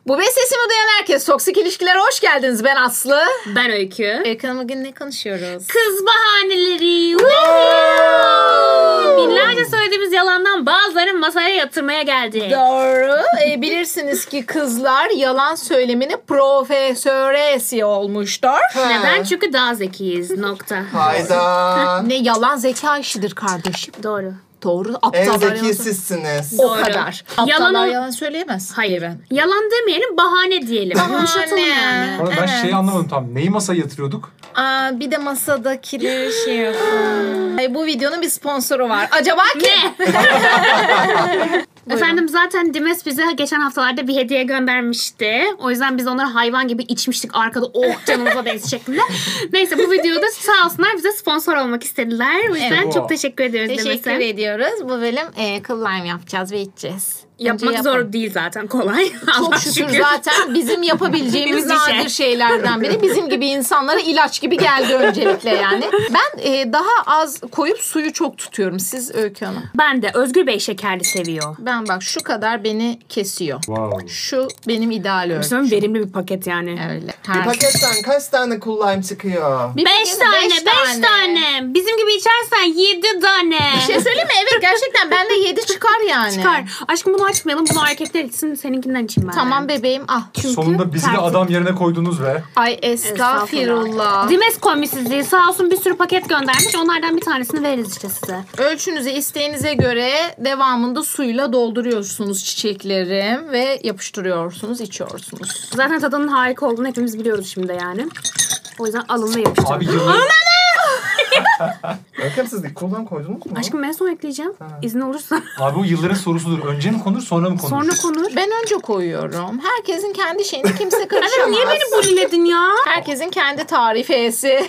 Bu benim sesimi duyan herkes. Toksik ilişkilere hoş geldiniz. Ben Aslı. Ben Öykü. Öykü bugün ne konuşuyoruz? Kız bahaneleri. Binlerce söylediğimiz yalandan bazılarını masaya yatırmaya geldi. Doğru. Bilirsiniz ki kızlar yalan söylemini profesöresi olmuştur. Neden? Çünkü daha zekiyiz. Nokta. Hayda. Ne yalan zeka işidir kardeşim. Doğru. Doğru. En Aptallar zeki yalan. sizsiniz. O Doğru. kadar. Yalan Aptallar o- yalan söyleyemez. Hayır. Ben. Yalan demeyelim, bahane diyelim. Yumuşatalım yani. Ama ben Evet. şeyi anlamadım tam. Neyi masaya yatırıyorduk? Bir de masadakileri şey yapalım. Bu videonun bir sponsoru var. Acaba kim? Ne? Efendim zaten Dimes bize geçen haftalarda bir hediye göndermişti. O yüzden biz onları hayvan gibi içmiştik arkada. Oh canımıza değsin şeklinde. Neyse bu videoda sağ olsunlar bize sponsor olmak istediler. O yüzden Evet. çok teşekkür ediyoruz Teşekkür Dimes'e. ediyoruz. Bu bölüm kıl lime yapacağız ve içeceğiz. Yapmak Önce yapalım. zor değil zaten, kolay. Çok Allah şükür zaten bizim yapabileceğimiz Bizim bir şey. nadir şeylerden biri. Bizim gibi insanlara ilaç gibi geldi öncelikle yani. Ben daha az koyup suyu çok tutuyorum. Siz Öykü Hanım. Ben de Özgür Bey şekerli seviyor. Ben bak şu kadar beni kesiyor. Wow. Şu benim ideal ölçüm. Sanırım verimli bir paket yani. Öyle. Bir paketten kaç tane cool lime çıkıyor? 5 tane. Bizim gibi içersen 7 tane. Bir şey söyleyeyim mi? Evet gerçekten bende 7 çıkar yani. Çıkar. Aşkım bunu açmayalım. Bunu erkekler içsin. Seninkinden içeyim ben. Tamam bebeğim al. Sonunda bizi de tertip. adam yerine koydunuz be. Ay estağfirullah. Dimes komisizliği sağ olsun bir sürü paket göndermiş. Onlardan bir tanesini veririz işte size. Ölçünüze, isteğinize göre devamında suyla dolduruyorsunuz çiçeklerim ve yapıştırıyorsunuz, içiyorsunuz. Zaten tadının harika olduğunu hepimiz biliyoruz şimdi yani. O yüzden alın ve yapıştırın. Abi yıllar... Bakın siz de cool lime koydunuz mu? Aşkım ben son ekleyeceğim. İzin olursa. Abi bu yılların sorusudur. Önce mi konur sonra mı konur? Sonra konur. Ben önce koyuyorum. Herkesin kendi şeyini kimse karışamaz. Evet, niye beni bulledin ya? Herkesin kendi tarifesi.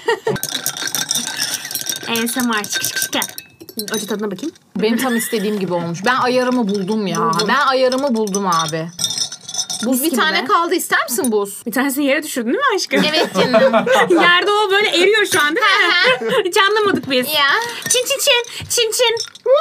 ASMR çık çık çık. Önce tadına bakayım. Benim tam istediğim gibi olmuş. Ben ayarımı buldum ya. Ben ayarımı buldum abi. Buz bir gibi tane be. kaldı. İster misin buz? Bir tanesini yere düşürdün değil mi aşkım? Evet canım. Yerde o böyle eriyor şu an değil mi? Hiç anlamadık biz. Ya. Çin çin çin. Çin çin.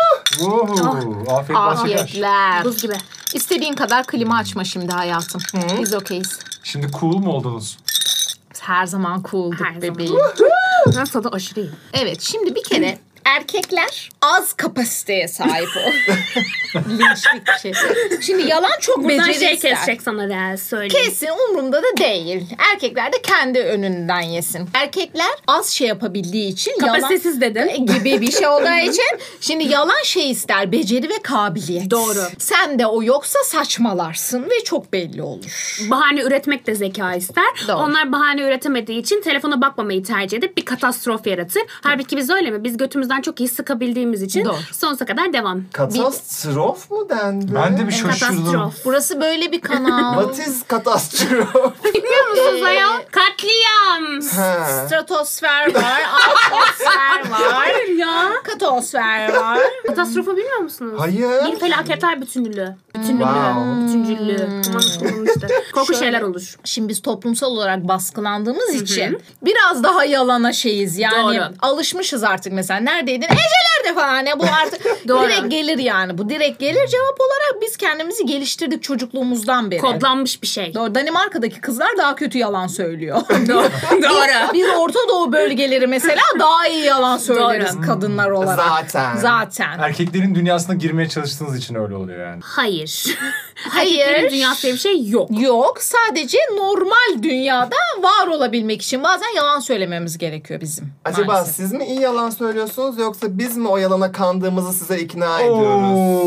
Afiyet bal şeker. Afiyetler. Buz gibi. İstediğin kadar klima açma şimdi hayatım. Biz okeyiz. Şimdi cool mu oldunuz? Her zaman cool'duk Her zaman. bebeğim. Ben tadı aşırı iyi. Evet şimdi bir kere erkekler az kapasiteye sahip ol. Linçlik bir şey. Şimdi yalan çok Buradan beceri şey ister. kesecek sana real söyleyeyim. Kesin umurumda da değil. Erkekler de kendi önünden yesin. Erkekler az şey yapabildiği için Kapasitesiz dedin. gibi bir şey olduğu için şimdi yalan şey ister. Beceri ve kabiliyet. Doğru. Sen de o yoksa saçmalarsın ve çok belli olur. Bahane üretmek de zeka ister. Doğru. Onlar bahane üretemediği için telefona bakmamayı tercih edip bir katastrof yaratır. Halbuki biz öyle mi? Biz götümüzden çok iyi sıkabildiğimiz için Doğru. sonsuza kadar devam. Katastrof mu dendi? Ben de bir şaşırdım. Katastrof. Burası böyle bir kanal. What is katastrof? Biliyor musunuz ayol? Katliam. Ha. Stratosfer var, atmosfer var, Hayır ya. katosfer var. Katastrofu bilmiyor musunuz? Hayır. Bir felaketler bütünlüğü. Bütünlüğü. Wow. Bütüncüllüğü. Aman işte. Korku Şöyle. şeyler olur. Şimdi biz toplumsal olarak baskılandığımız için biraz daha yalana şeyiz. Yani Doğru. alışmışız artık mesela. Neredeydin? Ecelerde falan. Ya bu artık Doğru. direkt gelir yani. Bu direkt gelir. Cevap olarak biz kendimizi geliştirdik çocukluğumuzdan beri. Kodlanmış bir şey. Doğru. Danimarka'daki kızlar daha kötü yalan söylüyor. Doğru. Biz Orta Doğu bölgeleri mesela daha iyi yalan söyleriz Doğru. kadınlar olarak. Zaten. Erkeklerin dünyasına girmeye çalıştığınız için öyle oluyor yani. Hayır. Hayır. Erkeklerin dünyası diye bir şey yok. Yok. Sadece normal dünyada var olabilmek için bazen yalan söylememiz gerekiyor bizim. Acaba maalesef. siz mi iyi yalan söylüyorsunuz yoksa biz mi o yalana kandığımızı size ikna ediyoruz?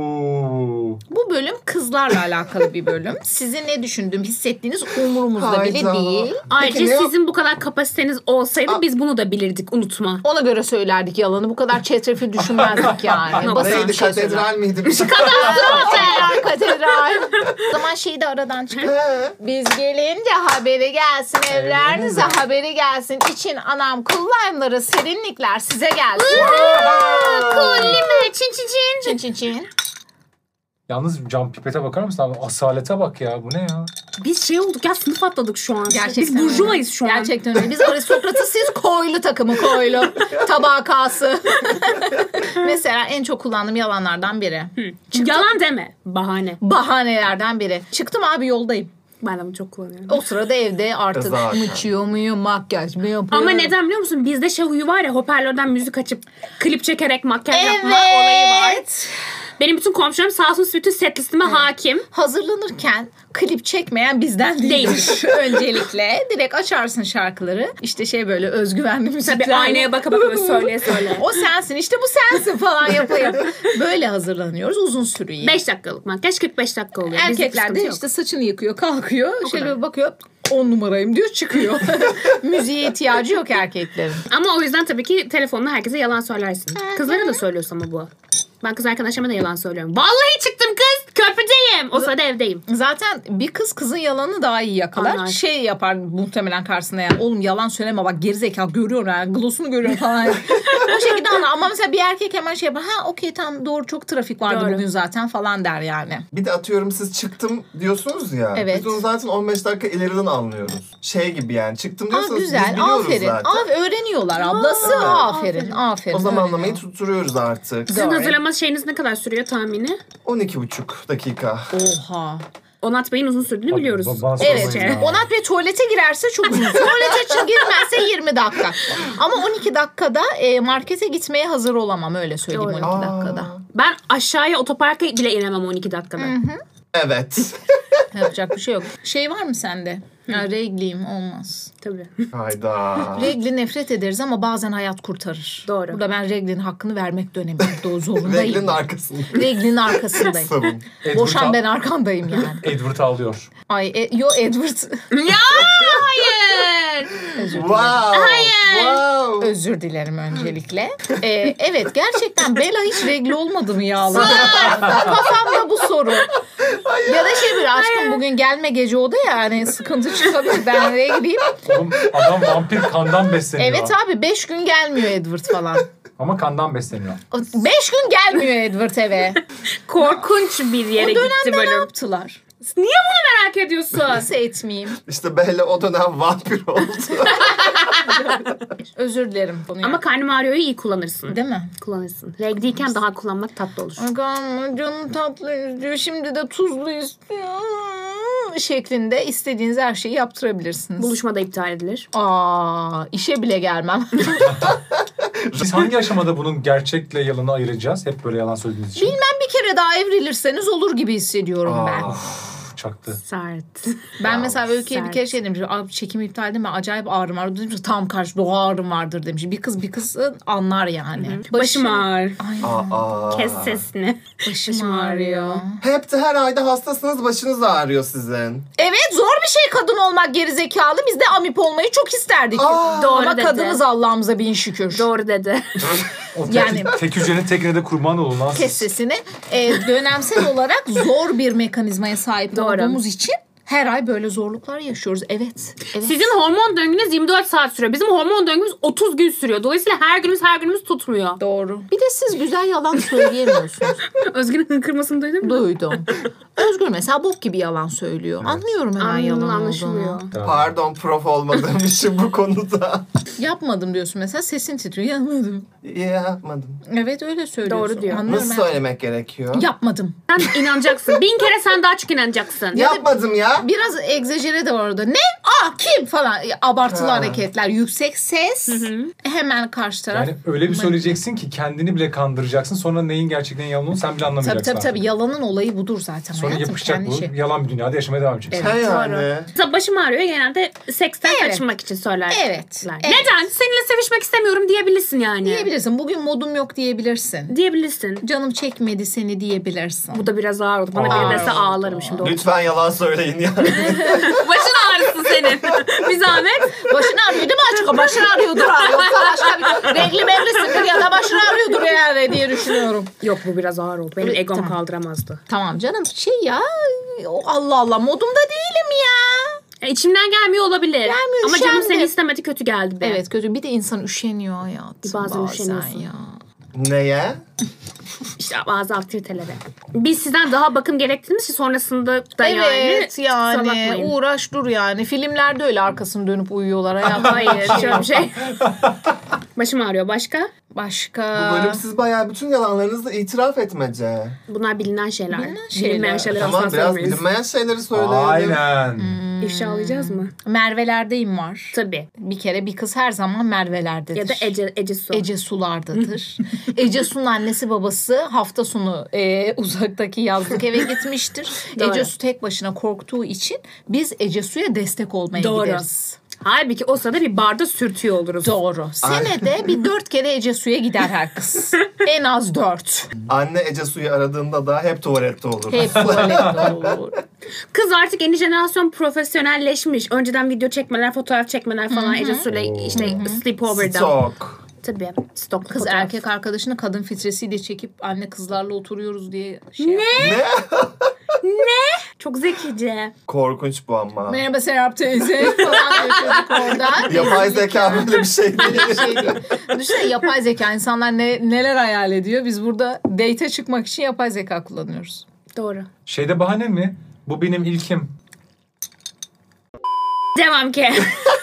Bu bölüm kızlarla alakalı bir bölüm. Sizin ne düşündüğüm, hissettiğiniz umurumuzda bile Hayda. değil. Ayrıca Peki ne o- sizin bu kadar kapasiteniz olsaydı biz bunu da bilirdik, unutma. Ona göre söylerdik yalanı. Bu kadar çetrefil düşünmezdik yani. Basit Neydi bir şey katedral miydi? Katedral, katedral. O zaman şeyi de aradan çıkar. He. Biz gelince haberi gelsin, evlerinize haberi gelsin. İçin anam kullanları, serinlikler size gelsin. Cool mi? Çin çin çin. Çin çin çin. Yalnız cam pipete bakar mısın abi? Asalete bak ya. Bu ne ya? Biz şey olduk ya, sınıf atladık şu an. Gerçekten Biz burjuvayız şu an. Gerçekten öyle. Biz aristokratız, siz koylu takımı, koylu. Tabakası. Mesela en çok kullandığım yalanlardan biri. Yalan deme. Bahane. Bahanelerden biri. Çıktım abi, yoldayım. Ben de bunu çok kullanıyorum. O sırada evde artık Zaten. mıçıyor muyum, makyaj mı yapıyorum? Ama neden biliyor musun? Bizde şey huyu var ya, hoparlörden müzik açıp klip çekerek makyaj yapma Evet. olayı var. Benim bütün komşularım sağ olsun bütün set listeme hakim. Hazırlanırken klip çekmeyen bizden değildir. Öncelikle direkt açarsın şarkıları. İşte şey böyle özgüvenli müzikler. Tabii aynaya baka baka böyle söyleye. O sensin, işte bu sensin falan yapayım. Böyle hazırlanıyoruz. Uzun sürüyor. 5 dakikalık makyaj 45 dakika oluyor. Bizde Erkekler sıkıntı de yok. işte saçını yıkıyor, kalkıyor. Şöyle kadar. bir bakıyor. 10 numarayım diyor, çıkıyor. Müziğe ihtiyacı yok erkeklerin. Ama o yüzden tabii ki telefonla herkese yalan söylersin. Kızlara da söylüyorsun ama bu. Ben kız arkadaşıma da yalan söylüyorum. Vallahi çıktım kız, köprüdeyim. O sırada evdeyim. Zaten bir kız kızın yalanı daha iyi yakalar. Anlar. Şey yapar muhtemelen karşısına, yani oğlum yalan söyleme bak gerizekalı, görüyorum yani glossunu görüyorum falan. O şekilde anlar. Ama mesela bir erkek hemen şey yapar. Ha okey tamam, doğru, çok trafik vardı Doğru. bugün zaten falan der yani. Bir de atıyorum siz çıktım diyorsunuz ya. Evet. Biz onu zaten 15 dakika ileriden anlıyoruz. Şey gibi yani çıktım Aa, diyorsanız biz güzel, biliyoruz aferin. zaten. Öğreniyorlar ablası. Aferin, aferin. O zamanlamayı öğreniyor. tutturuyoruz artık. Sizin Doğru. hazırlama şeyiniz ne kadar sürüyor tahmini? 12,5 dakika. Oha. Onat Bey'in uzun sürdüğünü biliyoruz. Bana Evet. sormayın ya. Onat Bey tuvalete girerse çok uzun. Tuvalete girmezse 20 dakika. Ama 12 dakikada markete gitmeye hazır olamam, öyle söyleyeyim. Doğru. 12 dakikada. Ben aşağıya otoparka bile inemem 12 dakikada. Evet. Yapacak bir şey yok. Şey var mı sende? Ya, regliyim, olmaz. Tabii. Hayda. Regli nefret ederiz ama bazen hayat kurtarır. Doğru. Burada ben reglinin hakkını vermek döneminde zorundayım. Reglin arkasında. Reglinin arkasındayım. Savun. Boşan, ben arkandayım yani. Edward ağlıyor. Ay yo Edward. Ya hayır. Özür dilerim. Wow. Wow. Özür dilerim öncelikle. Evet, gerçekten Bella hiç regli olmadı mı yağlı? Kafamda bu soru. Ya da şey böyle, aşkım bugün gelme gece o da yani sıkıntı çıkabilir. Ben regliyim. Oğlum adam vampir kandan besleniyor. Evet abi, 5 gün gelmiyor Edward falan. Ama kandan besleniyor. 5 gün gelmiyor Edward eve. Korkunç bir yere gitti Ne bölüm. yaptılar? Niye bunu merak ediyorsun? Nasıl etmeyeyim? İşte Bella o dönem vampir oldu. Özür dilerim konuya. Ama karnım ağrıyor'yu iyi kullanırsın. değil mi? Kullanırsın. Regliyken daha kullanmak tatlı olur. Agam canım tatlı istiyor, şimdi de tuzlu istiyor şeklinde istediğiniz her şeyi yaptırabilirsiniz. Buluşmada iptal edilir. İşe bile gelmem. Biz hangi aşamada bunun gerçekle yalanı ayıracağız? Hep böyle yalan söylediğiniz için. Bir kere daha evrilirseniz olur gibi hissediyorum ben. Çaktı. Sert. Ben mesela Öykü'ye bir sert. kere şey demişim. Abi çekim iptal edeyim mi? Acayip ağrım var. Demiş, tam karşı o ağrım vardır demiş. Bir kız anlar yani. Başım ağrır. Aa. Kes sesini. Başım ağrıyor. Hep de her ayda hastasınız, başınız ağrıyor sizin. Evet, zor bir şey kadın olmak, gerizekalı. Biz de amip olmayı çok isterdik. Doğru Ama dedi. kadınız Allah'ımıza bin şükür. Doğru dedi. O Yani- tek hücrenin tekine de kurban olun lan siz. Kes sesini. Dönemsel olarak zor bir mekanizmaya sahip Doğru. olduğumuz için her ay böyle zorluklar yaşıyoruz. Evet. Sizin hormon döngünüz 24 saat sürüyor. Bizim hormon döngümüz 30 gün sürüyor. Dolayısıyla her günümüz tutmuyor. Doğru. Bir de siz güzel yalan söyleyemiyorsunuz. Özgür'ün hınkırmasını duydun mu? Duydum. Özgür mesela bok gibi yalan söylüyor. Anlıyorum hemen yalan Anlaşılıyor. olduğunu. Pardon prof olmadığım için bu konuda. Yapmadım diyorsun mesela, sesin titriyor. Yapmadım. Yapmadım. Evet, öyle söylüyorsun. Doğru diyor. Anlıyorum Nasıl ben. söylemek gerekiyor? Yapmadım. Sen inanacaksın. 1000 kere sen daha çok inanacaksın. Yapmadım ya. Biraz egzajere de var orada. Ne? Kim falan. Abartılı Ha. hareketler. Yüksek ses. Hemen karşı taraf. Yani öyle bir söyleyeceksin ki kendini bile kandıracaksın. Sonra neyin gerçekten yalan olduğunu sen bile anlamayacaksın. Tabii. Yalanın olayı budur zaten. Sonra hayatım, yapışacak kendi bu. şey. Yalan bir dünyada yaşamaya devam edeceksin. Evet. He yani. Mesela başım ağrıyor, genelde seksten Evet. kaçınmak için söylerler. Evet. Neden? Seninle sevişmek istemiyorum diyebilirsin yani. Diyebilirsin. Bugün modum yok diyebilirsin. Diyebilirsin. Canım çekmedi seni diyebilirsin. Bu da biraz ağır oldu. Bana Ağır biri dese oldu. ağlarım şimdi. Lütfen yalan söyleyin yani. Başın ağrısın senin. Bir zahmet. Başın ağrıyor değil mi açık? Başın ağrıyordur ha. Yoksa başka bir regli mevrisindir ya da başın ağrıyordur yani diye düşünüyorum. Yok, bu biraz ağır oldu. Benim egom Tamam. kaldıramazdı. Tamam canım, şey ya, Allah Allah, modumda değilim ya. İçimden gelmiyor olabilir. Gelmiyor, ama canım üşendi. seni istemedi, kötü geldi be. Evet, kötü. Bir de insan üşeniyor hayatım Bazen üşeniyorsun. ya. Neye? İşte bazı aktivitelere. Biz sizden daha bakım gerektiğimiz için sonrasında da Evet kusura yani bakmayın. uğraş dur yani. Filmlerde öyle arkasını dönüp uyuyorlar. Hayatım. Hayır şöyle bir şey. Başım ağrıyor. Başka? Başka. Bu bölüm siz bayağı bütün yalanlarınızı itiraf etmece. Bunlar bilinen şeyler. Bilinen şeyler. Bilinmeyen şeyler Tamam asla biraz söylemeyiz. bilinmeyen şeyleri söyleyelim. Aynen. İfşalayacağız mı? Merve'lerdeyim var. Tabii. Bir kere bir kız her zaman Merve'lerdedir. Ya da Ece Su. Ece Sular'dadır. Ece Su'nun annesi babası hafta sonu uzaktaki yazlık eve gitmiştir. Doğru. Ece Su tek başına korktuğu için biz Ece Su'ya destek olmaya Doğru. gideriz. Halbuki o sırada bir barda sürtüyor oluruz. Doğru. Senede bir 4 kere Ece Su'ya gider her kız. En az 4. Anne Ece Su'yu aradığında da hep tuvalette olur. Hep tuvalette olur. Kız artık yeni jenerasyon profesyonelleşmiş. Önceden video çekmeler, fotoğraf çekmeler falan Ece Su'yla işte sleepover'da. Stok. Tabii. Stok Kız fotoğraf. erkek arkadaşını kadın filtresiyle çekip anne kızlarla oturuyoruz diye şey Ne? yapıyor. Çok zekice. Korkunç bu ama. Merhaba Serap teyze falan diyor çocuk orada. Yapay zeka böyle bir şey Öyle değil. bir şey değil. Düşünsene yapay zeka. İnsanlar neler hayal ediyor. Biz burada date'e çıkmak için yapay zeka kullanıyoruz. Doğru. Şeyde bahane mi? Bu benim ilkim. Devam ki.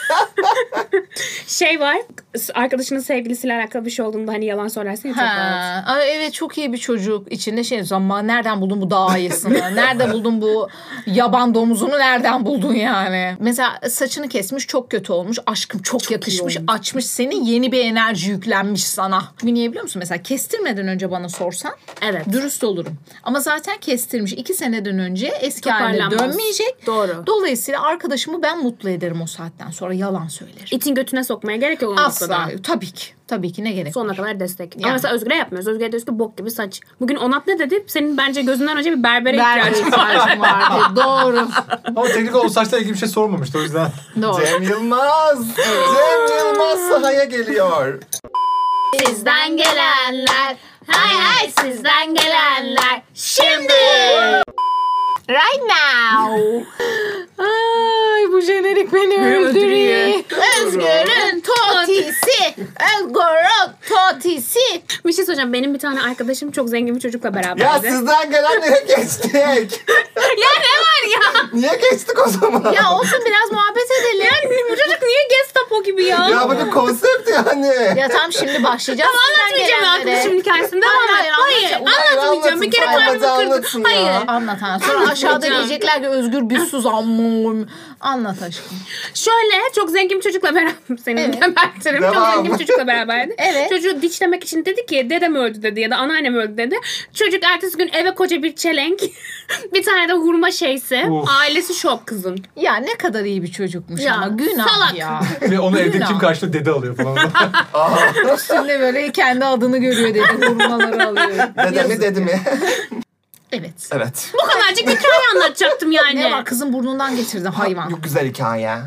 Şey var. Arkadaşının sevgilisiyle alakalı bir şey olduğunda hani yalan söylersin ya çok rahat. Ha, ay evet çok iyi bir çocuk. İçinde şey ama nereden buldun bu dağ ayısını? Nerede buldun bu yaban domuzunu? Nereden buldun yani? Mesela saçını kesmiş çok kötü olmuş. Aşkım çok yakışmış. Açmış seni yeni bir enerji yüklenmiş sana. Çünkü niye biliyor musun? Mesela kestirmeden önce bana sorsan Evet. dürüst olurum. Ama zaten kestirmiş. 2 seneden önce eski haline Toparlanmaz. dönmeyecek. Doğru. Dolayısıyla arkadaşımı ben mutlu ederim o saatten sonra. Yalan söylerim. İtin götüne sokmaya gerek yok o Asla. noktada. Tabii ki. Tabii ki ne gerek Sonuna var? kadar destek. Yani. Ama mesela Özgür'e yapmıyoruz. Özgür'e diyoruz ki bok gibi saç. Bugün Onat ne dedi? Senin bence gözünden önce bir berbere Berbere ihtiyacın var. ihtiyacım vardı. Doğru. Ama teknik olarak o saçla ilgili bir şey sormamıştı o yüzden. Doğru. Cem Yılmaz. Cem Yılmaz sahaya geliyor. Sizden gelenler. Hay hay sizden gelenler. Şimdi. Right now. Ay bu jenerik beni öldürüyor. Özgür'ün totisi. Özgür'ün totisi. Bir şey söyleyeceğim. Benim bir tane arkadaşım çok zengin bir çocukla beraberdi. Ya sizden gelenlere geçtik. Ya ne var ya? Niye geçtik o zaman? Ya olsun biraz muhabbet edelim. Bu çocuk niye Gestapo gibi ya? Ya bu bir konsept yani. Ya tamam şimdi başlayacağız. Anlatmayacağım arkadaşımın hikayesini. Devam et. Hayır, anlatmayacağım. Bir kere Hayır, kalbimi anlatın kırdın. ya. Hayır. Anlat anlat. Sonra aşağıda diyecekler ki Özgür bir sus ammum. Anlat aşkım. Şöyle çok zengin bir çocukla beraber senin Evet. gebertirim. Çok Devam. zengin bir çocukla beraberdi. Evet. Çocuğu dişlemek için dedi ki dedem öldü dedi ya da anneannem öldü dedi. Çocuk ertesi gün eve koca bir çelenk bir tane de hurma şeysi. Uf. Ailesi şok kızın. Ya ne kadar iyi bir çocukmuş Ya, ama günah salak. ya. Ve onu evde Günah. kim karşıda dede alıyor falan. Üstünde böyle kendi adını görüyor dedi. Hurmaları alıyor. Dede mi Yazık. dedi mi? Evet. Evet. Bu kadarcık hikaye anlatacaktım yani. Ne var kızın burnundan getirdin hayvan. Çok güzel hikaye.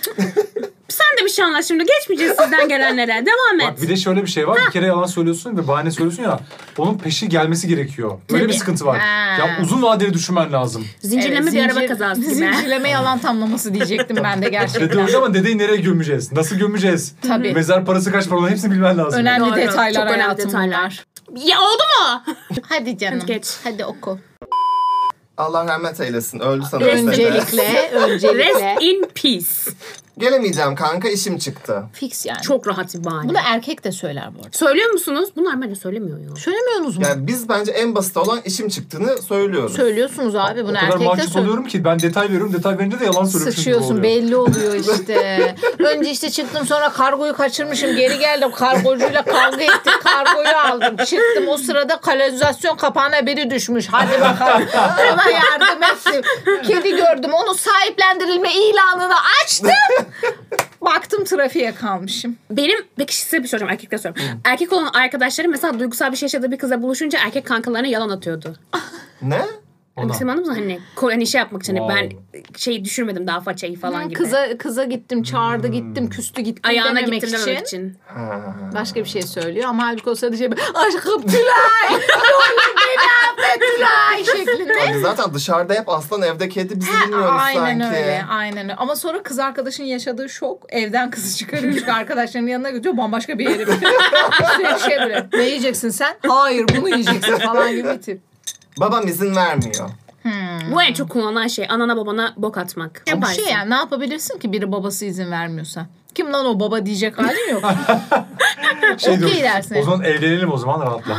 Sen de bir şey anlat şimdi. Geçmeyeceğiz sizden gelenlere. Devam et. Bak bir de şöyle bir şey var. Bir kere yalan söylüyorsun ve bahane söylüyorsun ya. Onun peşi gelmesi gerekiyor. Öyle bir Tabii. sıkıntı var. Ha. Ya uzun vadeli düşünmen lazım. Zincirleme Evet, bir araba kazası gibi. Zincirleme yalan tamlaması diyecektim ben de Dede gerçekten. öldü ama dedeyi nereye gömeceğiz? Nasıl gömeceğiz? Tabii. Mezar parası kaç para olan hepsini bilmen lazım. Önemli Doğru, detaylar çok önemli hayatım detaylar. bunlar. Ya oldu mu? Hadi canım. Hadi geç. Hadi oku. Allah rahmet eylesin. Öldü sanırım. Öncelikle. Rest in peace. Gelemeyeceğim kanka, işim çıktı. Fix yani. Çok rahat bir bahane. Bunu erkek de söyler bu arada. Söylüyor musunuz? Bunlar bence söylemiyor ya. Söylemiyorsunuz mu? Yani biz bence en basit olan işim çıktığını söylüyoruz. Söylüyorsunuz abi O bunu kadar erkek de mahcup söylüyor. oluyorum ki ben detay veriyorum. Detay verince de yalan söylüyormuşum gibi Sıçıyorsun oluyor. belli oluyor işte. Önce işte çıktım sonra kargoyu kaçırmışım. Geri geldim kargocuyla kavga ettik. Kargoyu aldım. Çıktım o sırada kanalizasyon kapağına biri düşmüş. Hadi bakalım. Ona yardım ettim. Kedi gördüm. Onu sahiplendirilme ilanını açtım. Baktım trafiğe kalmışım. Benim peki size bir şey soracağım. Erkekler soruyorum. Erkek olan arkadaşlarım mesela duygusal bir şey yaşadığı bir kızla buluşunca erkek kankalarına yalan atıyordu. Ne? Ona. Sen anladın mı? Hani şey yapmak için Wow. ben şey düşürmedim daha façayı falan gibi. Kıza gittim, çağırdı gittim, küstü gittim Ayağına dememek gittim için. dememek için. Başka bir şey söylüyor ama halbuki o sırada aşkım Tülay, ne olur beni affet Tülay şeklinde. Hani zaten dışarıda hep aslan, evde kedi, bizi bilmiyoruz Aynen sanki. öyle, aynen öyle. Ama sonra kız arkadaşın yaşadığı şok, evden kızı çıkarıyor çünkü arkadaşlarının yanına götürüyor, bambaşka bir yere. Sürekli şey böyle, ne yiyeceksin sen? Hayır, bunu yiyeceksin falan gibi bir tip. Babam izin vermiyor. Bu en çok kullanılan şey. Anana babana bok atmak. Bu şey yani, ne yapabilirsin ki biri babası izin vermiyorsa? Kim lan o baba diyecek halin yok. Şey Okey diyor, dersin. o zaman evlenelim o zaman rahatla.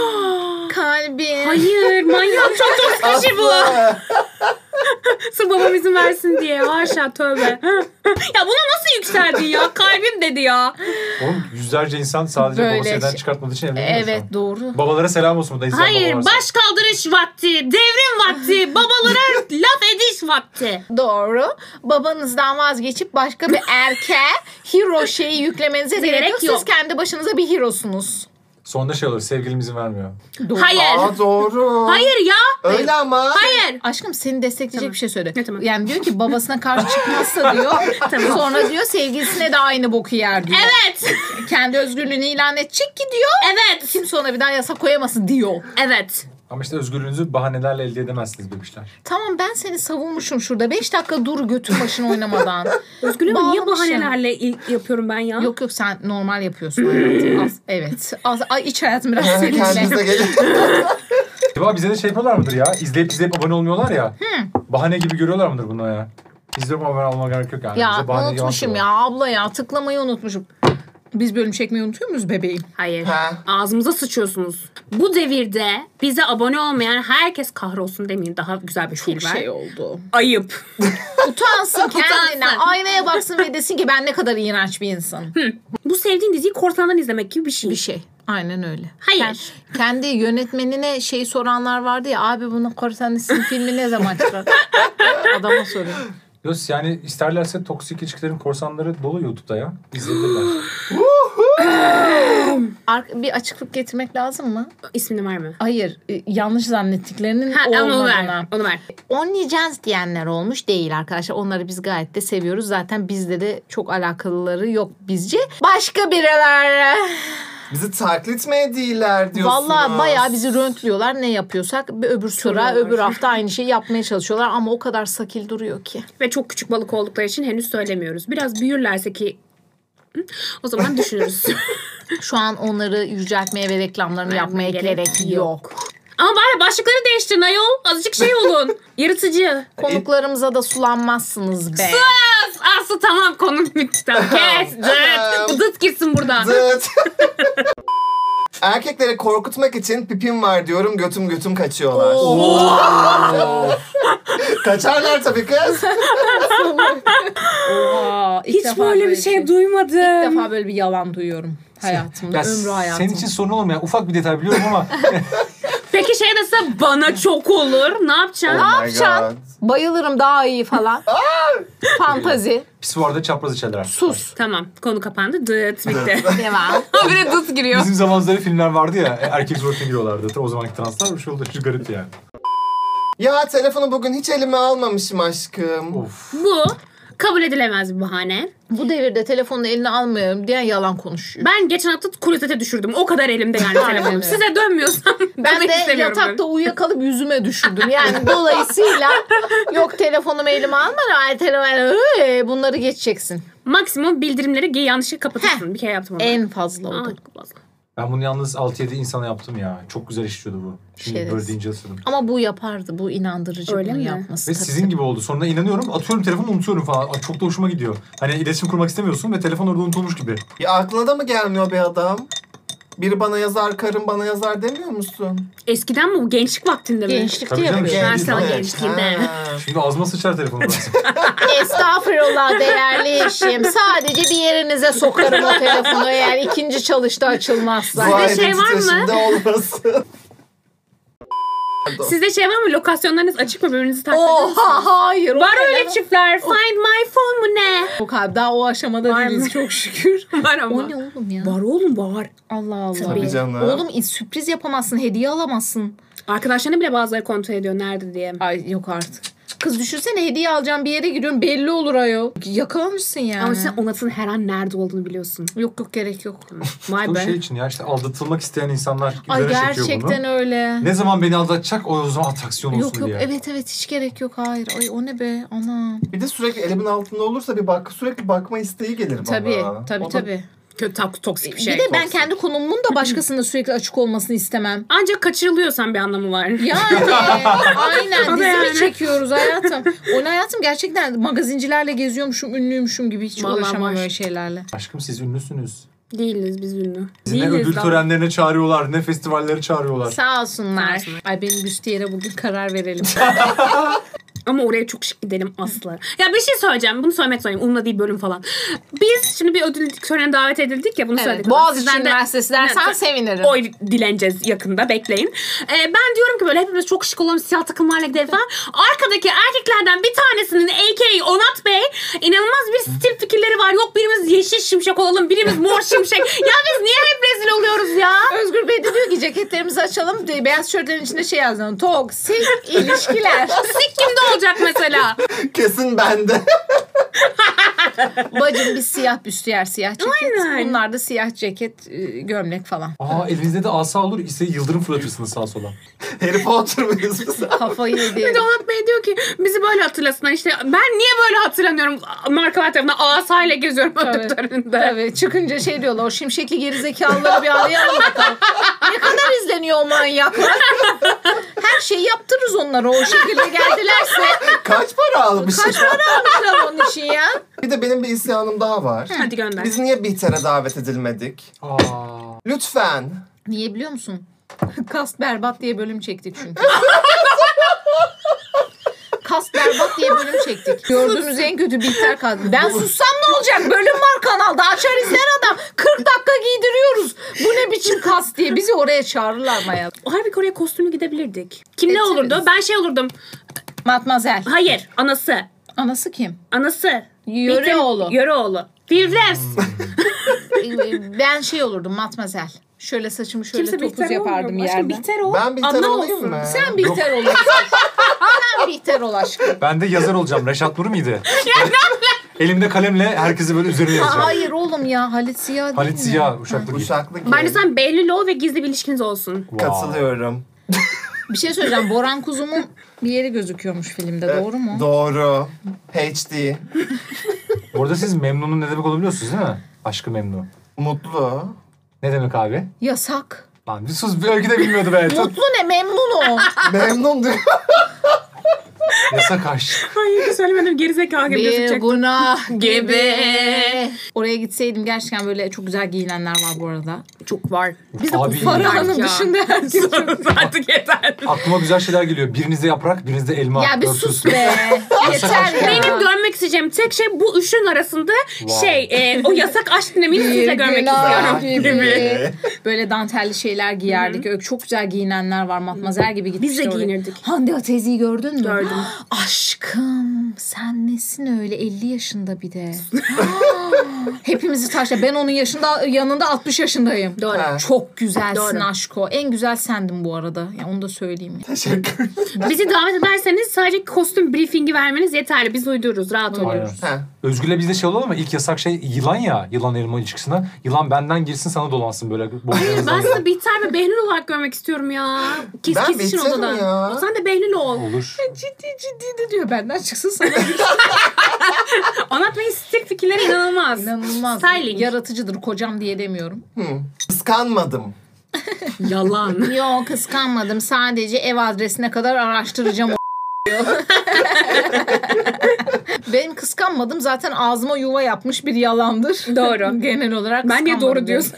Kalbim. Hayır manyak çok kişi bu. Aslı! Sırf babam izin versin diye. Haşa tövbe. Ya buna nasıl yükseldin ya? Kalbim dedi ya. Oğlum yüzlerce insan sadece Böyle babası evden şey- çıkartmadığı için evleniyor şu Evet an. doğru. Babalara selam olsun bu da izleyen Hayır baba varsa. baş kaldırış vakti. Devrim vakti. Babalara laf ediş vakti. Doğru. Babanızdan vazgeçip başka bir erkeğe hero şeyi yüklemenize gerek yok. Siz yok. kendi başınıza bir herosunuz. Sonunda şey olur, sevgilim izin vermiyor. Doğru. Hayır. Aa doğru. Hayır ya. Öyle ama. Hayır. Aşkım seni destekleyecek bir şey söyle. Ne tamam. Yani diyor ki babasına karşı çıkmazsa diyor. Sonra diyor sevgilisine de aynı boku yer diyor. Evet. Kendi özgürlüğünü ilan edecek ki diyor. Evet. Kimse ona bir daha yasak koyamasın diyor. Evet. Ama işte özgürlüğünüzü bahanelerle elde edemezsiniz bebişler. Tamam ben seni savunmuşum şurada. 5 dakika dur götür başına oynamadan. Özgürlüğümü niye Bağlamışım. bahanelerle yapıyorum ben ya? Yok sen normal yapıyorsun hayatım. Evet. Ay iç hayatım biraz seninle. Kendinize gelin. Acaba bize de şey yapıyorlar mıdır ya? İzleyip abone olmuyorlar ya. Bahane gibi görüyorlar mıdır bunu ya? İzliyorum abone olma gerek yok yani. Ya Bize bahane unutmuşum yansıyorlar. ya abla ya tıklamayı unutmuşum. Biz bölüm çekmeyi unutuyor muyuz bebeğim? Hayır. Ha. Ağzımıza sıçıyorsunuz. Bu devirde bize abone olmayan herkes kahrolsun demeyin. Daha güzel bir fiil Çok var. şey oldu. Ayıp. Utansın kendine. Utansın. Aynaya baksın ve desin ki ben ne kadar iğrenç bir insanım. Bu sevdiğin diziyi korsandan izlemek gibi bir şey. Bir şey. Aynen öyle. Hayır. Kendi yönetmenine şey soranlar vardı ya abi bunun korsanist filmi ne zaman çıkar? Adama soruyor. Yos yani isterlerse toksik ilişkilerin korsanları dolu YouTube'da ya. İzleyebilirler. Bir açıklık getirmek lazım mı? İsmini verme. Hayır. Yanlış zannettiklerinin Onu olmadığına. ver. Onu ver. Oynayacağız diyenler olmuş değil arkadaşlar. Onları biz gayet de seviyoruz. Zaten bizde de çok alakalıları yok bizce. Başka birileri. Bizi taklit mi ediyorlar diyorsunuz? Vallahi bayağı bizi röntliyorlar. Ne yapıyorsak bir öbür sıra Soruyorlar. öbür hafta aynı şeyi yapmaya çalışıyorlar. Ama o kadar sakil duruyor ki. Ve çok küçük balık oldukları için henüz söylemiyoruz. Biraz büyürlerse ki o zaman düşünürüz. Şu an onları yüceltmeye ve reklamlarını yapmaya gerek yok. Ama bari başlıkları değiştirin ayol. Azıcık şey olun. Yaratıcı. Konuklarımıza da sulanmazsınız be. Sus! Aslı tamam konu bitti. Kes. Dıt. Bu dıt gitsin buradan. Zıt. Erkekleri korkutmak için pipim var diyorum, götüm kaçıyorlar. Kaçarlar tabii kız. Oha, ilk Hiç defa böyle bir şey duymadım. İlk defa böyle bir yalan duyuyorum hayatımda. Ya Ömrü hayatımda. senin için sorun olur mu ya? Ufak bir detay biliyorum ama. Peki şey dese bana çok olur. Ne yapacaksın? Oh my yapacaksın? God. Bayılırım daha iyi falan. Fantazi. Pis bu arada çapraz içerler. Sus. Tamam konu kapandı. Dıt bitti. Devam. Bir de dıt giriyor. Bizim zamanımızda filmler vardı ya. Erkek zoruna giriyorlardı. Tabii o zamanki translar bir şey oldu. Şu garip yani. Ya telefonu bugün hiç elime almamışım aşkım. Of. Bu kabul edilemez bir bahane. Bu devirde telefonunu eline almıyorum diyen yalan konuşuyor. Ben geçen hafta klozete düşürdüm. O kadar elimde yani telefonum. öyle. Size dönmüyorsam Ben demek de istemiyorum yatakta uyuyakalıp yüzüme düşürdüm. Yani dolayısıyla yok telefonumu elime alma. Ay telefon bunları geçeceksin. Maksimum bildirimleri yanlışlıkla kapatırsın. Bir kere yaptım onu. En fazla oldu. fazla. Ben bunu yalnız 6-7 insana yaptım ya. Çok güzel işliyordu bu. Şimdi Şerefsiz. böyle deyince ısırdım. Ama bu yapardı. Bu inandırıcı Öyle bunu mi? yapması. Ve Tabii. sizin gibi oldu. Sonra inanıyorum, atıyorum telefonu unutuyorum falan. Ay, çok da hoşuma gidiyor. Hani iletişim kurmak istemiyorsun ve telefon orada unutulmuş gibi. Ya aklına da mı gelmiyor be adam? Biri bana yazar, karım bana yazar demiyor musun? Eskiden mi bu? Gençlik vaktinde mi? Gençlikte Tabii canım, yapıyor. Ben sana Evet. gençliğinde. Ha. Şimdi ağzıma sıçar telefonu burası. Estağfurullah değerli eşim. Sadece bir yerinize sokarım o telefonu eğer ikinci çalışta açılmazsa. Dua Sizde şey edin var mı? titreşimde olmasın. Sizde şey var mı? Lokasyonlarınız açık mı? Birbirinizi takip ediyor musunuz? Oha hayır. o Var kadar- öyle çiftler. Find my phone mu ne? O kadar daha o aşamada Var değiliz mı? çok şükür. Var ama. O ne oğlum ya? Var oğlum var. Allah Allah. Tabii canım. Oğlum sürpriz yapamazsın, hediye alamazsın. Arkadaşlarını bile bazıları kontrol ediyor nerede diye. Ay yok artık. Kız düşünsene hediye alacağım bir yere giriyorum belli olur ayol. Yakalamışsın yani. Ama sen Onat'ın her an nerede olduğunu biliyorsun. Yok gerek yok. Vay Bu be. şey için ya işte aldatılmak isteyen insanlar Ay üzerine çekiyor bunu. gerçekten öyle. Ne zaman beni aldatacak o zaman atraksiyon olsun Yok diye. evet hiç gerek yok hayır. Ay o ne be ana. Bir de sürekli elimin altında olursa sürekli bakma isteği gelir bana. Tabii. Kötü toksik bir şey. Bir de ben kendi konumumun da başkasında sürekli açık olmasını istemem. Ancak kaçırılıyorsan bir anlamı var. Yani aynen O da dizi mi yani. çekiyoruz hayatım. O ne hayatım gerçekten magazincilerle geziyormuşum, ünlüymüşüm gibi hiç Vallahi uğraşamam var. öyle şeylerle. Aşkım siz ünlüsünüz. Değiliz biz ünlü. Sizi ne ödül törenlerine çağırıyorlar ne festivalleri çağırıyorlar. Sağ olsunlar. Sağ olsunlar. Ay benim Büstiyer'e bugün karar verelim. Ama oraya çok şık gidelim Aslı. Ya bir şey söyleyeceğim. Bunu söylemek zorundayım. Umurumda değil bölüm falan. Biz şimdi bir ödül törenine davet edildik ya bunu söyledik. Boğaziçi Sizden de- Üniversitesi dersen Evet, sevinirim. Oy dileneceğiz yakında bekleyin. Ben diyorum ki böyle hepimiz çok şık olalım siyah takımlarla gidelim falan. Arkadaki erkeklerden bir tanesinin a.k.a. Onat Bey inanılmaz bir stil fikirleri var. Yok birimiz yeşil şimşek olalım birimiz mor şimşek. Ya biz niye hep rezil oluyoruz ya? Özgür Bey de diyor ki ceketlerimizi açalım. Beyaz tişörtlerin içinde şey yazıyor. Toksik ilişkiler. Sik kimde olacak mesela? Kesin bende. Bacım biz siyah büstiyer siyah ceket. Aynen. Bunlar da siyah ceket gömlek falan. Aa elinizde de asa olur ise yıldırım fırlatırsınız sağa sola. Harry Potter mıyız biz? Kafayı Bir de yedi. Onat Bey diyor ki bizi böyle hatırlasınlar. İşte ben niye böyle hatırlamıyorum? Markalar tarafından asayla geziyorum ödül töreninde. Tabii çıkınca şey diyorlar o şimşekli gerizekalıları bir arayalım bakalım. Ne kadar izleniyor o manyaklar. Her şeyi yaptırırız onlara o şekilde geldilerse. Kaç para almış? Kaç para almışlar onun için ya? Bir de benim bir isyanım daha var. Hadi gönder. Biz niye Bihter'e davet edilmedik? Aa. Lütfen. Niye biliyor musun? Kast berbat diye bölüm çektik çünkü. Kast berbat diye bölüm çektik. Gördüğümüz en kötü Bihter kadın. Ben sussam ne olacak? Bölüm var kanalda. Açar izler adam. 40 dakika giydiriyoruz. Bu ne biçim kast diye. Bizi oraya çağırırlar mı hayatım? Halbuki oraya kostümlü gidebilirdik. Kim ne Getiririz. olurdu? Ben şey olurdum. Matmazel. Hayır. Anası. Anası kim? Anası. Yöreoğlu. Yöreoğlu. Firdevs. Ben şey olurdum Matmazel. Şöyle saçımı şöyle Kimse topuz Bihter yapardım olmuyor. Aşkım yerden. Bihter ol. Ben Bihter Adnan olayım olsun. mı? Sen Bihter ol. Sen Bihter ol aşkım. Ben de yazar olacağım. Reşat Nuri miydi? Elimde kalemle herkesi böyle üzerine yazacağım. Hayır oğlum ya Halit Ziya değil Halit mi? Ziya, Uşaklı gibi. Uşaklı kim? Bence sen Behlül ol ve gizli bir ilişkiniz olsun. Wow. Katılıyorum. Bir şey söyleyeceğim. Boran Kuzum'un bir yeri gözüküyormuş filmde. Doğru mu? Doğru. HD. Bu arada siz Memnun'un ne demek olduğunu biliyorsunuz değil mi? Aşkı Memnun. Mutlu. Ne demek abi? Yasak. Lan bir sus bir öykü de bilmiyordu be. Mutlu ne? Memnun o. Memnun diyor. Yasak aşk. Hayır söylemedim gerizekalı gibi Bir gözükecek. günah gibi. Oraya gitseydim gerçekten böyle çok güzel giyinenler var bu arada. Çok var. Biz de Abi. kusur Farah var Hanım ya. dışında herkes. Artık yeter. Aklıma güzel şeyler geliyor. Birinizde yaprak, birinizde elma. Ya bir Örtüsü. sus be. Yeter ya. Benim görmek isteyeceğim tek şey bu üçünün arasında o yasak aşk dinamiğini sizle görmek günah istiyorum. gibi. Böyle dantelli şeyler giyerdik. Öyle çok güzel giyinenler var. Matmazel gibi gitmişler. Biz de oraya. giyinirdik. Hande Atez'i'yi gördün mü? Gördüm. Aşkım sen nesin öyle 50 yaşında bir de. Hepimizi taşla. Ben onun yanında 60 yaşındayım. Doğru. Ha. Çok güzelsin Doğru. aşko. En güzel sendin bu arada. Ya onu da söyleyeyim. Teşekkür. Bizi davet ederseniz sadece kostüm briefingi vermeniz yeterli. Biz uydururuz. Rahat Aynen. oluyoruz. Ha. Özgür'le bizde şey olur ama ilk yasak şey yılan ya. Yılan elma ilişkisine. Yılan benden girsin sana dolansın böyle. Hayır ben sizi Bihter ve Behlül olarak görmek istiyorum ya. Ben Kesişin Bihter'im odada. ya. O sen de Behlül ol. Olur. Ciddi de diyor benden çıksın sana. Anlatmayın stil fikirleri inanılmaz. İnanılmaz. Styling. Yaratıcıdır kocam diye demiyorum. Kıskanmadım. Yalan. Yok kıskanmadım. Sadece ev adresine kadar araştıracağım o Benim kıskanmadım zaten ağzıma yuva yapmış bir yalandır. Doğru. Genel olarak Ben niye kıskanmadım doğru derim. diyorsun?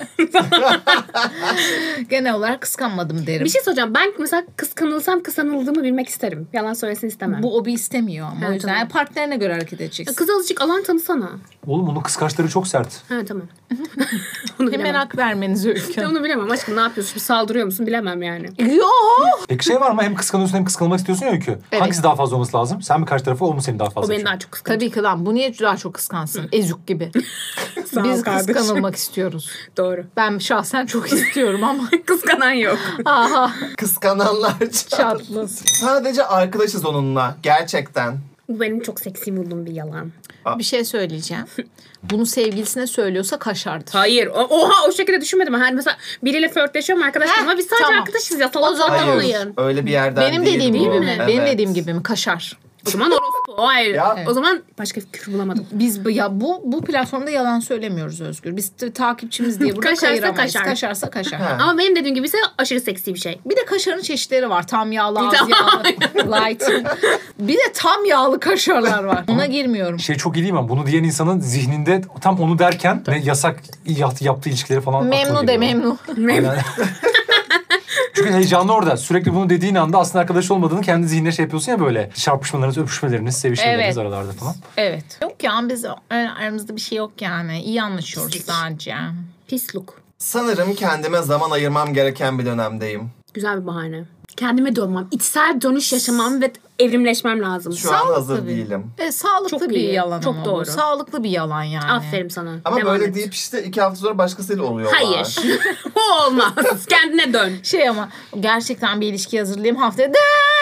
Genel olarak kıskanmadım derim. Bir şey soracağım. Ben mesela kıskanılsam kıskanıldığımı bilmek isterim. Yalan söylesin istemem. Bu obi istemiyor ama Ha, o yüzden tamam. partnerine göre hareket edeceksin. Kız azıcık alan tanısana. Oğlum onun kıskaçları çok sert. Ha tamam. Onu Hemen bilemem. hak vermeniz Öykü. Onu bilemem aşkım, ne yapıyorsun? Bir saldırıyor musun bilemem yani. Yok. Peki şey var mı? Hem kıskanıyorsun hem kıskanılmak istiyorsun ya Öykü. Evet. Hangisi daha fazla olması lazım? Sen mi karşı tarafı, o mu seni daha fazla? O beni seçiyor? daha çok kıskanıyor. Tabii ki lan. Bu niye daha çok kıskansın? Ezük gibi. Sağ ol Biz kardeşim. kıskanılmak istiyoruz. Doğru. Ben şahsen çok istiyorum ama. Kıskanan yok. Aha. Kıskananlar Çatlasın. Sadece arkadaşız onunla. Gerçekten. Bu benim çok seksi bulduğum bir yalan. Bir şey söyleyeceğim. Bunu sevgilisine söylüyorsa kaşardır. Hayır. Oha, o şekilde düşünmedim. Hani mesela biriyle flörtleşiyorum arkadaşlar ama biz sadece tamam. arkadaşız ya. Salak O zaman salak Hayır. olayın. Öyle bir yerden Benim değil dediğim bu. gibi mi? Evet. Benim dediğim gibi mi? Kaşar. O zaman orospu. O ayrı. Ya. O zaman başka fikir bulamadım. Biz bu platformda yalan söylemiyoruz Özgür. Biz takipçimiz diye burada Kaşarsa kayıramayız. kaşar. Kaşarsa kaşar. Ha. Ama benim dediğim gibi ise aşırı seksi bir şey. Bir de kaşarın çeşitleri var. Tam yağlı, az Tamam. yağlı, light. Bir de tam yağlı kaşarlar var. Ona girmiyorum. Şey çok iyi değil mi? Bunu diyen insanın zihninde tam onu derken ne yasak yaptığı ilişkileri falan aklıma Memnu de geliyor. memnu. Aynen. Çünkü heyecanlı orada. Sürekli bunu dediğin anda aslında arkadaş olmadığını kendi zihnine şey yapıyorsun ya böyle. Çarpışmalarınız, öpüşmeleriniz, sevişmeleriniz Evet. aralarda falan. Evet. Yok ya biz aramızda bir şey yok yani. İyi anlaşıyoruz sadece. Pisluk. Sanırım kendime zaman ayırmam gereken bir dönemdeyim. Güzel bir bahane. Kendime dönmem. İçsel dönüş yaşamam ve evrimleşmem lazım. Şu an hazır tabii. değilim. Sağlıklı Çok bir iyi, yalan çok ama doğru. bu. Sağlıklı bir yalan yani. Aferin sana. Ama Devam böyle et. deyip işte 2 hafta sonra başkasıyla oluyorlar. Hayır. O olmaz. Kendine dön. Şey ama gerçekten bir ilişki hazırlayayım haftaya.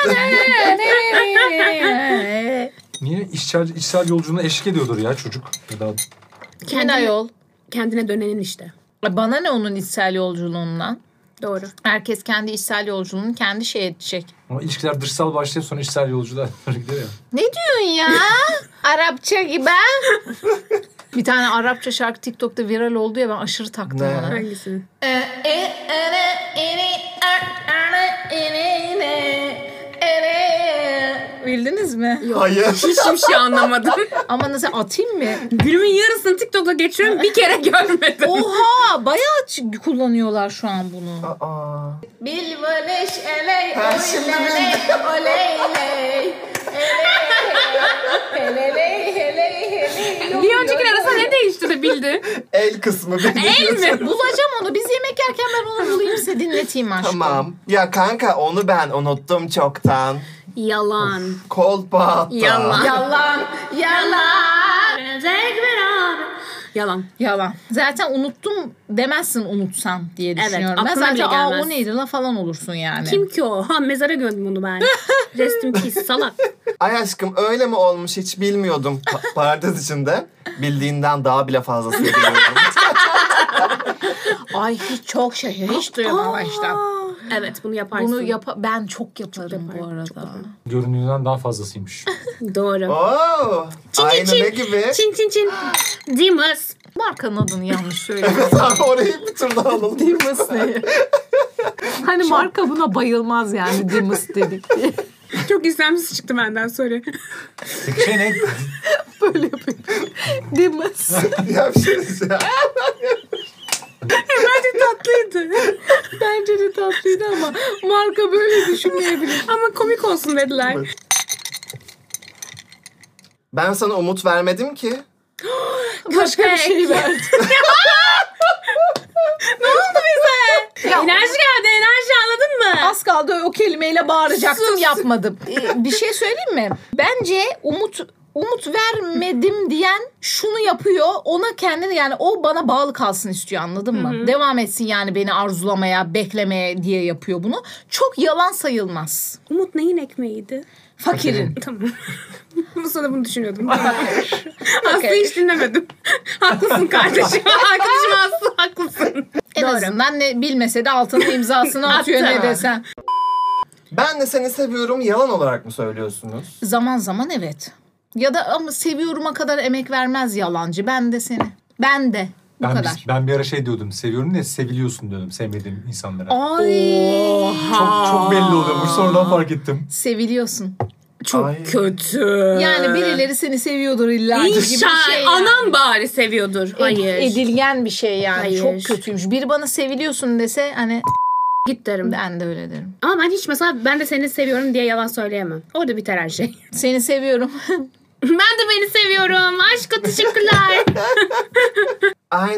Niye içsel yolculuğuna eşlik ediyordur ya çocuk? Ya da Kendine yol. Kendine dönenin işte. Bana ne onun içsel yolculuğundan? Doğru. Herkes kendi içsel yolculuğunu kendi şey edecek. ama ilişkiler dışsal başlayıp sonra içsel yolculuğa gidiyor ya. Ne diyorsun ya? Arapça gibi. Bir tane Arapça şarkı TikTok'ta viral oldu ya, ben aşırı taktım Ne? ona. Hangisini? Bildiniz mi? Hayır. Hiçbir şey anlamadım. Ama nasıl atayım mı? Günümün yarısını TikTok'ta geçiriyorum. Bir kere görmedim. Oha! Bayağı kullanıyorlar şu an bunu. Aa. Bil veleş eley Ha, şimdi bildim. oleyley. Bir önceki arasında ne değişti de bildi? El kısmı. El mi? Bulacağım onu. Biz yemek yerken ben onu bulayım size dinleteyim aşkım. Tamam. Ya kanka onu ben unuttum çoktan. Yalan. Kolpa hatta. Yalan. Yalan. Yalan. Yalan. Yalan. Zaten unuttum demezsin unutsan diye Evet, düşünüyorum. Ben aklına sadece bile gelmez. o neydi la falan olursun yani. Kim ki o? Ha, mezara gömdüm bunu ben. Rest in peace salak. Ay aşkım öyle mi olmuş hiç bilmiyordum. Parantez içinde. Bildiğinden daha bile fazla seviyorum. Ay hiç çok hiç duyamamıştım. Evet, bunu yaparsın. Bunu ben çok yaparım bu yaparım, çok arada. Göründüğünden daha fazlasıymış. Doğru. Oo. Aynı çin. ne gibi? Çin çin çin. Dimas. Markanın adını yanlış söyledim. Evet abi orayı bir tur daha alalım. Dimas ne? Hani marka buna bayılmaz yani Dimas dedik diye. Çok istemsiz çıktı benden, sorry. Peki şey ne? Böyle yapıyor. Dimas. Ya bir şey diyeceğim. Bence tatlıydı. Bence de tatlıydı ama marka böyle düşünmeyebilir. Ama komik olsun dediler. Ben sana umut vermedim ki. Başka bir şey verdi. Enerji geldi, enerji, anladın mı? Az kaldı o kelimeyle bağıracaktım, Sus. yapmadım. Bir şey söyleyeyim mi? Bence umut vermedim diyen şunu yapıyor. Ona kendini yani o bana bağlı kalsın istiyor, anladın mı? Devam etsin yani beni arzulamaya, beklemeye diye yapıyor bunu. Çok yalan sayılmaz. Umut neyin ekmeğiydi? Fakirin. Tamam. Bu sırada bunu düşünüyordum. Aslı hiç dinlemedim. Haklısın kardeşim. Arkadaşım Aslı, haklısın. En azından ne bilmese de altına imzasını atıyor ne Attı. desen. Ben de seni seviyorum yalan olarak mı söylüyorsunuz? Zaman zaman evet. Ya da ama seviyorum'a kadar emek vermez yalancı. Ben de seni. Ben de. Bu kadar. Ben bir ara şey diyordum. Seviyorum diye seviliyorsun diyordum sevmediğim insanlara. Ay. Çok belli oluyormuş. Sonradan fark ettim. Seviliyorsun. Çok Ay. kötü. Yani birileri seni seviyordur illa gibi bir İnşallah şey yani. anam bari seviyordur. Hayır. Edilgen bir şey yani. Hayır. Çok kötüymüş. Biri bana seviliyorsun dese hani Git derim. ben de öyle derim. Ama ben hiç mesela ben de seni seviyorum diye yalan söyleyemem. Orada biter her şey. Seni seviyorum. Ben de beni seviyorum. Aşkım teşekkürler. Aynen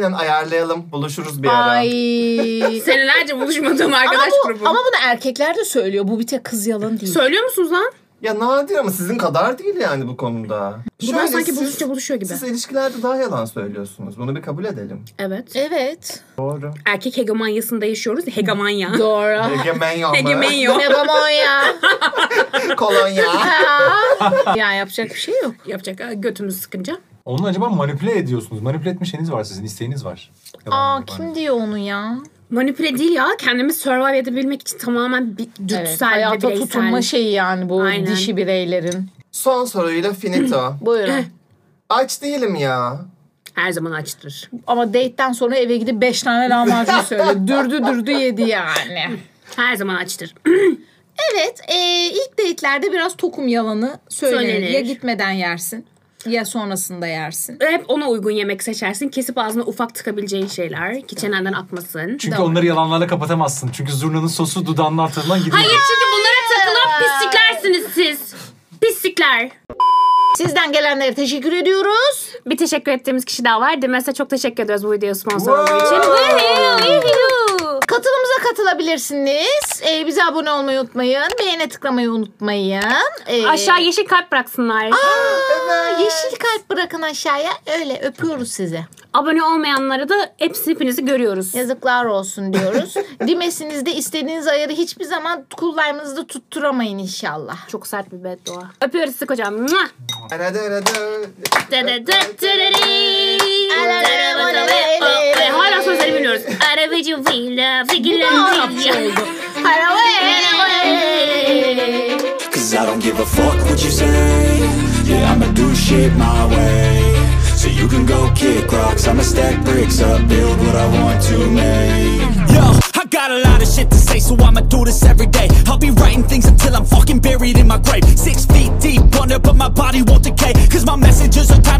lütfen ayarlayalım. Buluşuruz bir ara. Ay. Senelerce buluşmadığım arkadaş grubu. Ama bunu erkekler de söylüyor. Bu bir tek kız yalan değil. Söylüyor musunuz lan? Ya nadir ama sizin kadar değil yani bu konuda. Bunlar sanki siz- buluşunca buluşuyor gibi. Siz ilişkilerde daha yalan söylüyorsunuz. Bunu bir kabul edelim. Evet. Evet. Doğru. Erkek hegemonyasında yaşıyoruz. Hegemonya. Doğru. Egemenyon mu? Hegemenyo. Megamonya. Kolonya. Ya yapacak bir şey yok. Yapacak götümüzü sıkınca. Onu acaba manipüle ediyorsunuz. Manipüle etme şeyiniz var sizin. İsteğiniz var. Kim diyor onu ya? Manipüle değil ya. Kendimi survive edebilmek için tamamen bir dürtüsel Evet, ve hayata bireysel. tutunma şeyi yani bu Aynen. dişi bireylerin. Son soruyla finito. Buyurun. Aç değilim ya. Her zaman açtır. Ama date'den sonra eve gidip 5 tane lahmacun söyledi. Dürdü yedi yani. Her zaman açtır. Evet, ilk date'lerde biraz tokum yalanı söylenir. Söylenir. Ya gitmeden yersin ya sonrasında yersin. Hep ona uygun yemek seçersin. Kesip ağzına ufak tıkabileceğin şeyler. Ki çenenden akmasın. Çünkü Doğru. onları yalanlarla kapatamazsın. Çünkü zurnanın sosu dudağının altından gidiyor. Hayır çünkü bunlara takılan pisliklersiniz siz. Pislikler. Sizden gelenlere teşekkür ediyoruz. Bir teşekkür ettiğimiz kişi daha var. Dimes'e çok teşekkür ediyoruz bu videoya sponsor olduğu için. Katılımıza katılabilirsiniz. Bize abone olmayı unutmayın. Beğene tıklamayı unutmayın. Aşağı yeşil kalp bıraksınlar. Yeşil kalp bırakın aşağıya. Öyle öpüyoruz sizi. Abone olmayanlara da hepinizi görüyoruz. Yazıklar olsun diyoruz. Dimesinizde istediğiniz ayarı hiçbir zaman kullanmanızda tutturamayın inşallah. Çok sert bir beddua. Öpüyoruz sizi kocam. Hala sözleri biliyoruz. Arabacı villa, Cause I don't give a fuck what you say. Yeah, I'ma do shit my way. So you can go kick rocks, I'ma stack bricks up, build what I want to make. Yo, I got a lot of shit to say, so I'ma do this every day. I'll be writing things until I'm fucking buried in my grave. 6 feet deep under, but my body won't decay. Cause my messages are kinda